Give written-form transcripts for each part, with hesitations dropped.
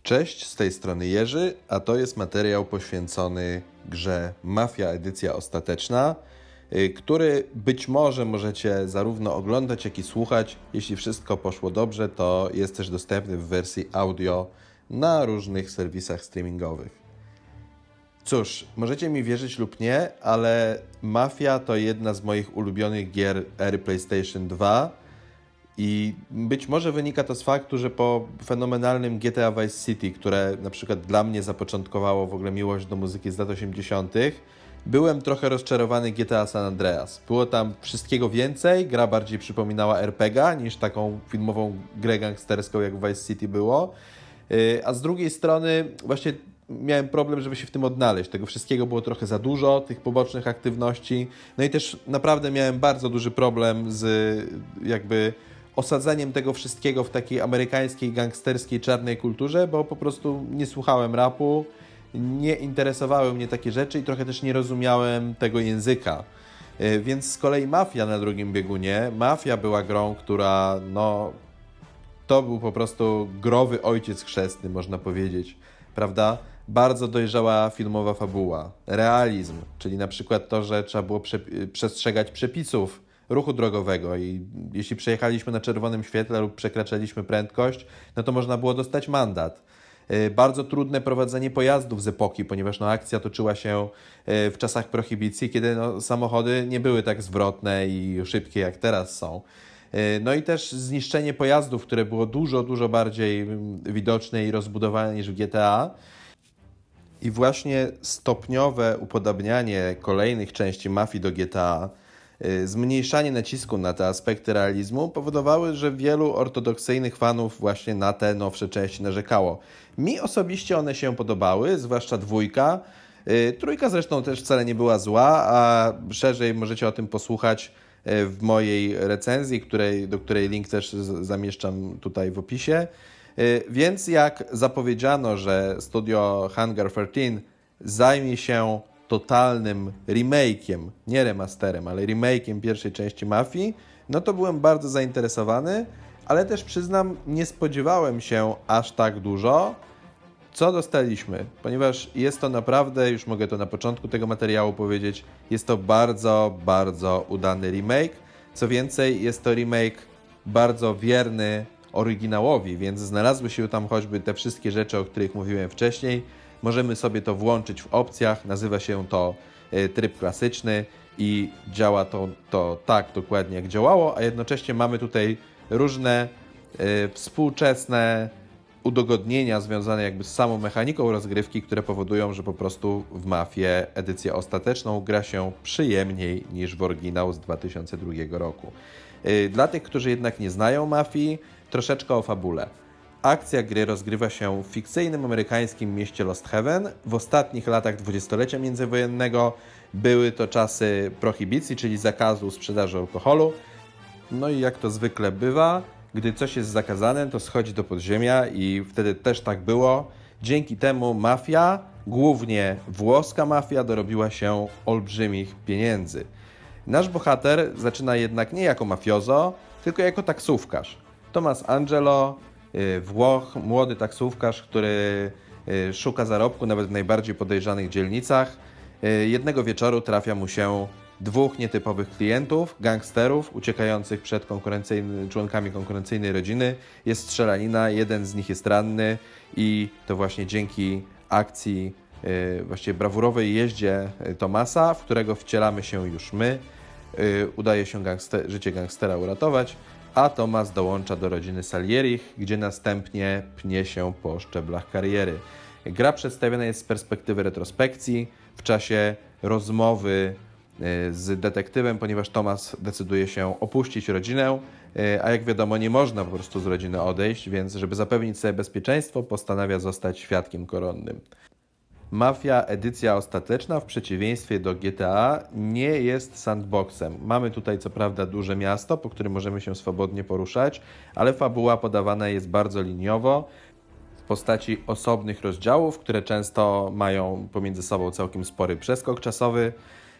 Cześć, z tej strony Jerzy, a to jest materiał poświęcony grze Mafia Edycja Ostateczna, który być może możecie zarówno oglądać, jak i słuchać. Jeśli wszystko poszło dobrze, to jest też dostępny w wersji audio na różnych serwisach streamingowych. Cóż, możecie mi wierzyć lub nie, ale Mafia to jedna z moich ulubionych gier ery PlayStation 2. I być może wynika to z faktu, że po fenomenalnym GTA Vice City, które na przykład dla mnie zapoczątkowało w ogóle miłość do muzyki z lat 80., byłem trochę rozczarowany GTA San Andreas. Było tam wszystkiego więcej, gra bardziej przypominała RPG niż taką filmową grę gangsterską, jak w Vice City było. A z drugiej strony właśnie miałem problem, żeby się w tym odnaleźć. Tego wszystkiego było trochę za dużo, tych pobocznych aktywności. No i też naprawdę miałem bardzo duży problem z osadzeniem tego wszystkiego w takiej amerykańskiej, gangsterskiej, czarnej kulturze, bo po prostu nie słuchałem rapu, nie interesowały mnie takie rzeczy i trochę też nie rozumiałem tego języka. Więc z kolei Mafia na drugim biegunie, Mafia była grą, która to był po prostu growy ojciec chrzestny, można powiedzieć, prawda? Bardzo dojrzała filmowa fabuła, realizm, czyli na przykład to, że trzeba było przestrzegać przepisów ruchu drogowego i jeśli przejechaliśmy na czerwonym świetle lub przekraczaliśmy prędkość, no to można było dostać mandat. Bardzo trudne prowadzenie pojazdów z epoki, ponieważ akcja toczyła się w czasach prohibicji, kiedy samochody nie były tak zwrotne i szybkie jak teraz są. No i też zniszczenie pojazdów, które było dużo bardziej widoczne i rozbudowane niż w GTA. I właśnie stopniowe upodabnianie kolejnych części Mafii do GTA, zmniejszanie nacisku na te aspekty realizmu powodowały, że wielu ortodoksyjnych fanów właśnie na te nowsze części narzekało. Mi osobiście one się podobały, zwłaszcza dwójka. Trójka zresztą też wcale nie była zła, a szerzej możecie o tym posłuchać w mojej recenzji, do której link też zamieszczam tutaj w opisie. Więc jak zapowiedziano, że studio Hangar 13 zajmie się totalnym remake'iem, nie remasterem, ale remake'iem pierwszej części Mafii, no to byłem bardzo zainteresowany, ale też przyznam, nie spodziewałem się aż tak dużo, co dostaliśmy, ponieważ jest to naprawdę, już mogę to na początku tego materiału powiedzieć, jest to bardzo udany remake. Co więcej, jest to remake bardzo wierny oryginałowi, więc znalazły się tam choćby te wszystkie rzeczy, o których mówiłem wcześniej. Możemy sobie to włączyć w opcjach, nazywa się to tryb klasyczny i działa to tak dokładnie jak działało, a jednocześnie mamy tutaj różne współczesne udogodnienia związane z samą mechaniką rozgrywki, które powodują, że po prostu w Mafię edycję ostateczną gra się przyjemniej niż w oryginał z 2002 roku. Dla tych, którzy jednak nie znają Mafii, troszeczkę o fabule. Akcja gry rozgrywa się w fikcyjnym amerykańskim mieście Lost Haven. W ostatnich latach dwudziestolecia międzywojennego były to czasy prohibicji, czyli zakazu sprzedaży alkoholu. No i jak to zwykle bywa, gdy coś jest zakazane, to schodzi do podziemia i wtedy też tak było. Dzięki temu mafia, głównie włoska mafia, dorobiła się olbrzymich pieniędzy. Nasz bohater zaczyna jednak nie jako mafiozo, tylko jako taksówkarz. Tomas Angelo, Włoch, młody taksówkarz, który szuka zarobku nawet w najbardziej podejrzanych dzielnicach. Jednego wieczoru trafia mu się dwóch nietypowych klientów, gangsterów uciekających przed członkami konkurencyjnej rodziny. Jest strzelanina, jeden z nich jest ranny i to właśnie dzięki akcji, właściwie brawurowej jeździe Tomasa, w którego wcielamy się już my, udaje się życie gangstera uratować, a Tomas dołącza do rodziny Salierich, gdzie następnie pnie się po szczeblach kariery. Gra przedstawiona jest z perspektywy retrospekcji, w czasie rozmowy z detektywem, ponieważ Tomas decyduje się opuścić rodzinę, a jak wiadomo nie można po prostu z rodziny odejść, więc żeby zapewnić sobie bezpieczeństwo, postanawia zostać świadkiem koronnym. Mafia edycja ostateczna w przeciwieństwie do GTA nie jest sandboxem. Mamy tutaj co prawda duże miasto, po którym możemy się swobodnie poruszać, ale fabuła podawana jest bardzo liniowo w postaci osobnych rozdziałów, które często mają pomiędzy sobą całkiem spory przeskok czasowy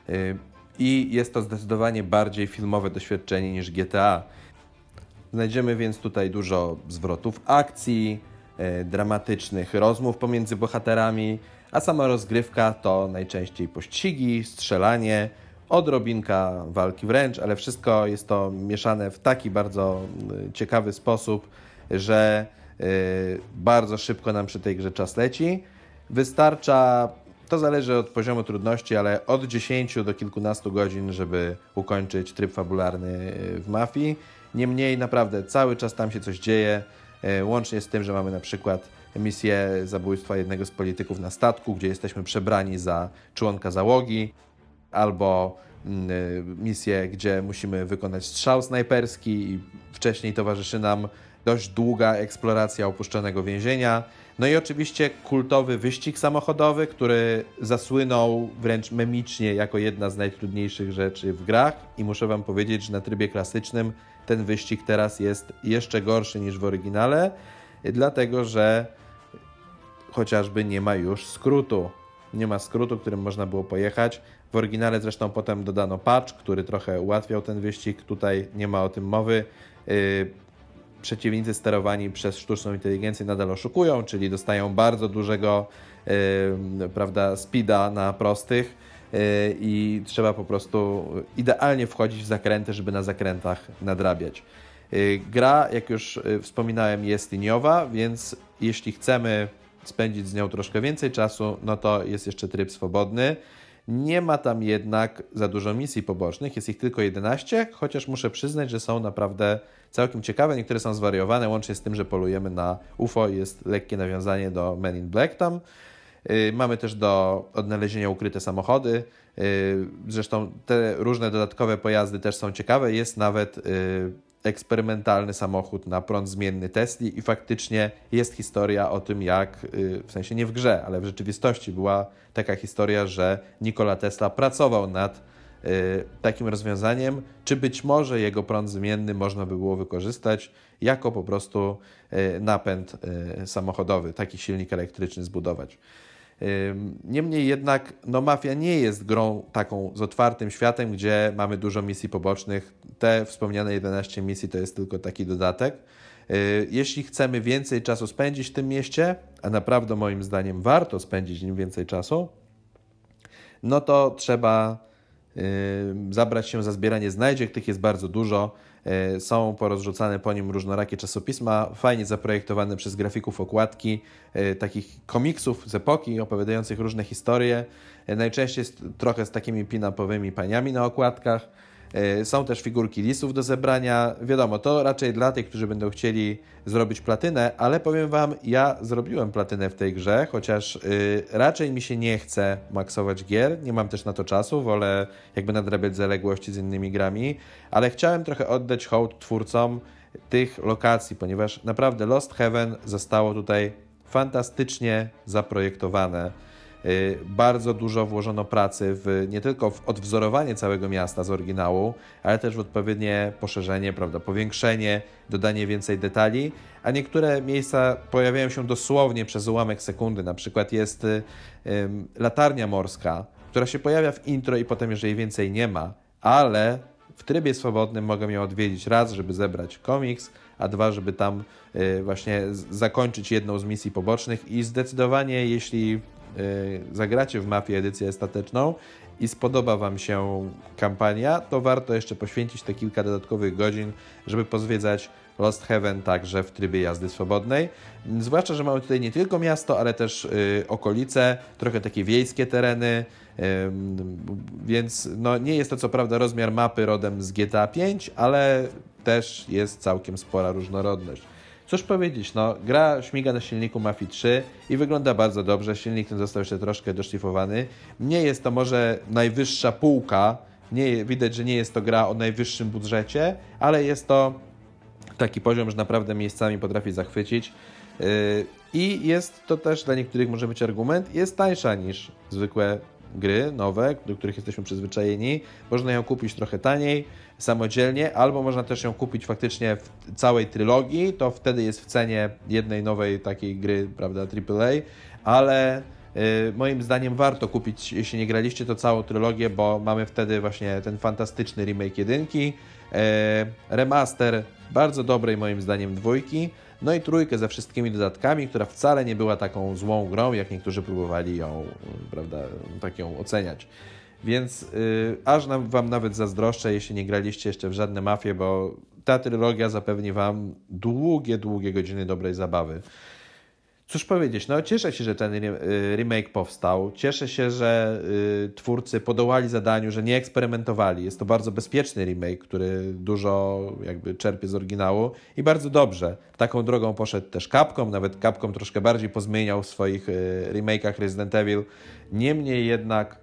i jest to zdecydowanie bardziej filmowe doświadczenie niż GTA. Znajdziemy więc tutaj dużo zwrotów akcji, dramatycznych rozmów pomiędzy bohaterami, a sama rozgrywka to najczęściej pościgi, strzelanie, odrobinka walki wręcz, ale wszystko jest to mieszane w taki bardzo ciekawy sposób, że bardzo szybko nam przy tej grze czas leci. Wystarcza, to zależy od poziomu trudności, ale od 10 do kilkunastu godzin, żeby ukończyć tryb fabularny w Mafii. Niemniej naprawdę cały czas tam się coś dzieje, łącznie z tym, że mamy na przykład misję zabójstwa jednego z polityków na statku, gdzie jesteśmy przebrani za członka załogi, albo misję, gdzie musimy wykonać strzał snajperski i wcześniej towarzyszy nam dość długa eksploracja opuszczonego więzienia. No i oczywiście kultowy wyścig samochodowy, który zasłynął wręcz memicznie jako jedna z najtrudniejszych rzeczy w grach i muszę Wam powiedzieć, że na trybie klasycznym ten wyścig teraz jest jeszcze gorszy niż w oryginale, dlatego że chociażby nie ma już skrótu. Nie ma skrótu, którym można było pojechać. W oryginale zresztą potem dodano patch, który trochę ułatwiał ten wyścig. Tutaj nie ma o tym mowy. Przeciwnicy sterowani przez sztuczną inteligencję nadal oszukują, czyli dostają bardzo dużego speeda na prostych i trzeba po prostu idealnie wchodzić w zakręty, żeby na zakrętach nadrabiać. Gra, jak już wspominałem, jest liniowa, więc jeśli chcemy spędzić z nią troszkę więcej czasu, no to jest jeszcze tryb swobodny. Nie ma tam jednak za dużo misji pobocznych, jest ich tylko 11, chociaż muszę przyznać, że są naprawdę całkiem ciekawe. Niektóre są zwariowane, łącznie z tym, że polujemy na UFO, jest lekkie nawiązanie do Men in Black tam. Mamy też do odnalezienia ukryte samochody, zresztą te różne dodatkowe pojazdy też są ciekawe, jest nawet eksperymentalny samochód na prąd zmienny Tesli i faktycznie jest historia o tym, jak, w sensie nie w grze, ale w rzeczywistości była taka historia, że Nikola Tesla pracował nad takim rozwiązaniem, czy być może jego prąd zmienny można by było wykorzystać jako po prostu napęd samochodowy, taki silnik elektryczny zbudować. Niemniej jednak Mafia nie jest grą taką z otwartym światem, gdzie mamy dużo misji pobocznych. Te wspomniane 11 misji to jest tylko taki dodatek. Jeśli chcemy więcej czasu spędzić w tym mieście, a naprawdę moim zdaniem warto spędzić nim więcej czasu, no to trzeba zabrać się za zbieranie znajdziek, tych jest bardzo dużo. Są porozrzucane po nim różnorakie czasopisma, fajnie zaprojektowane przez grafików okładki, takich komiksów z epoki opowiadających różne historie. Najczęściej jest trochę z takimi pin-upowymi paniami na okładkach. Są też figurki lisów do zebrania. Wiadomo, to raczej dla tych, którzy będą chcieli zrobić platynę, ale powiem Wam, ja zrobiłem platynę w tej grze, chociaż raczej mi się nie chce maksować gier, nie mam też na to czasu, wolę jakby nadrabiać zaległości z innymi grami, ale chciałem trochę oddać hołd twórcom tych lokacji, ponieważ naprawdę Lost Heaven zostało tutaj fantastycznie zaprojektowane. Bardzo dużo włożono pracy nie tylko w odwzorowanie całego miasta z oryginału, ale też w odpowiednie poszerzenie, powiększenie, dodanie więcej detali, a niektóre miejsca pojawiają się dosłownie przez ułamek sekundy. Na przykład jest latarnia morska, która się pojawia w intro i potem już jej więcej nie ma, ale w trybie swobodnym mogę ją odwiedzić raz, żeby zebrać komiks, a dwa, żeby tam właśnie zakończyć jedną z misji pobocznych i zdecydowanie jeśli zagracie w Mafię edycję ostateczną i spodoba Wam się kampania, to warto jeszcze poświęcić te kilka dodatkowych godzin, żeby pozwiedzać Lost Heaven także w trybie jazdy swobodnej. Zwłaszcza, że mamy tutaj nie tylko miasto, ale też okolice, trochę takie wiejskie tereny, więc nie jest to co prawda rozmiar mapy rodem z GTA 5, ale też jest całkiem spora różnorodność. Cóż powiedzieć, gra śmiga na silniku Mafii 3 i wygląda bardzo dobrze. Silnik ten został jeszcze troszkę doszlifowany. Nie jest to może najwyższa półka, widać, że nie jest to gra o najwyższym budżecie, ale jest to taki poziom, że naprawdę miejscami potrafi zachwycić. I jest to też dla niektórych może być argument, jest tańsza niż zwykłe gry nowe, do których jesteśmy przyzwyczajeni. Można ją kupić trochę taniej, samodzielnie, albo można też ją kupić faktycznie w całej trylogii, to wtedy jest w cenie jednej nowej takiej gry, AAA, ale Moim zdaniem warto kupić, jeśli nie graliście, to całą trylogię, bo mamy wtedy właśnie ten fantastyczny remake 1, remaster bardzo dobrej moim zdaniem 2, no i 3 ze wszystkimi dodatkami, która wcale nie była taką złą grą, jak niektórzy próbowali ją, prawda, tak ją oceniać. Więc aż wam nawet zazdroszczę, jeśli nie graliście jeszcze w żadne mafie, bo ta trylogia zapewni wam długie godziny dobrej zabawy. Cóż powiedzieć, no cieszę się, że ten remake powstał. Cieszę się, że twórcy podołali zadaniu, że nie eksperymentowali. Jest to bardzo bezpieczny remake, który dużo jakby czerpie z oryginału i bardzo dobrze. Taką drogą poszedł też Capcom, nawet Capcom troszkę bardziej pozmieniał w swoich remake'ach Resident Evil. Niemniej jednak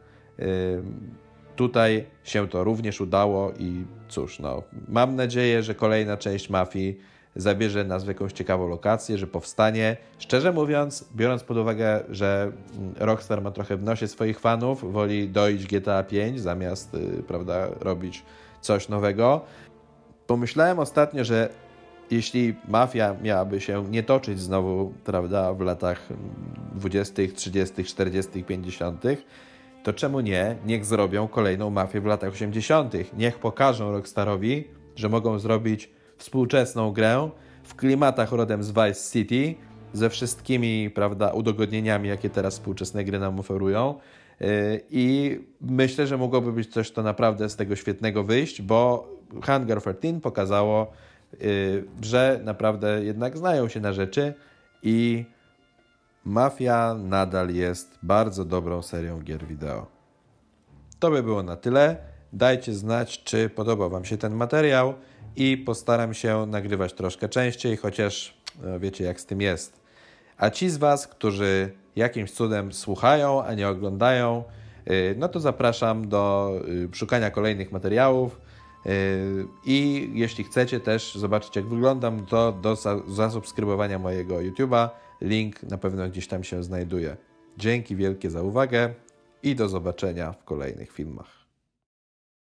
tutaj się to również udało i cóż, no, mam nadzieję, że kolejna część Mafii zabierze nas w jakąś ciekawą lokację, że powstanie. Szczerze mówiąc, biorąc pod uwagę, że Rockstar ma trochę w nosie swoich fanów, woli doić GTA 5 zamiast, prawda, robić coś nowego. Pomyślałem ostatnio, że jeśli Mafia miałaby się nie toczyć znowu, prawda, w latach 20., 30., 40., 50., to czemu nie? Niech zrobią kolejną Mafię w latach 80. Niech pokażą Rockstarowi, że mogą zrobić współczesną grę w klimatach rodem z Vice City, ze wszystkimi, prawda, udogodnieniami, jakie teraz współczesne gry nam oferują. I myślę, że mogłoby być coś, to naprawdę z tego świetnego wyjść, bo Hangar 13 pokazało, że naprawdę jednak znają się na rzeczy i Mafia nadal jest bardzo dobrą serią gier wideo. To by było na tyle. Dajcie znać, czy podobał wam się ten materiał i postaram się nagrywać troszkę częściej, chociaż wiecie, jak z tym jest. A ci z was, którzy jakimś cudem słuchają, a nie oglądają, no to zapraszam do szukania kolejnych materiałów i jeśli chcecie też zobaczyć, jak wyglądam, to do zasubskrybowania mojego YouTube'a. Link na pewno gdzieś tam się znajduje. Dzięki wielkie za uwagę i do zobaczenia w kolejnych filmach.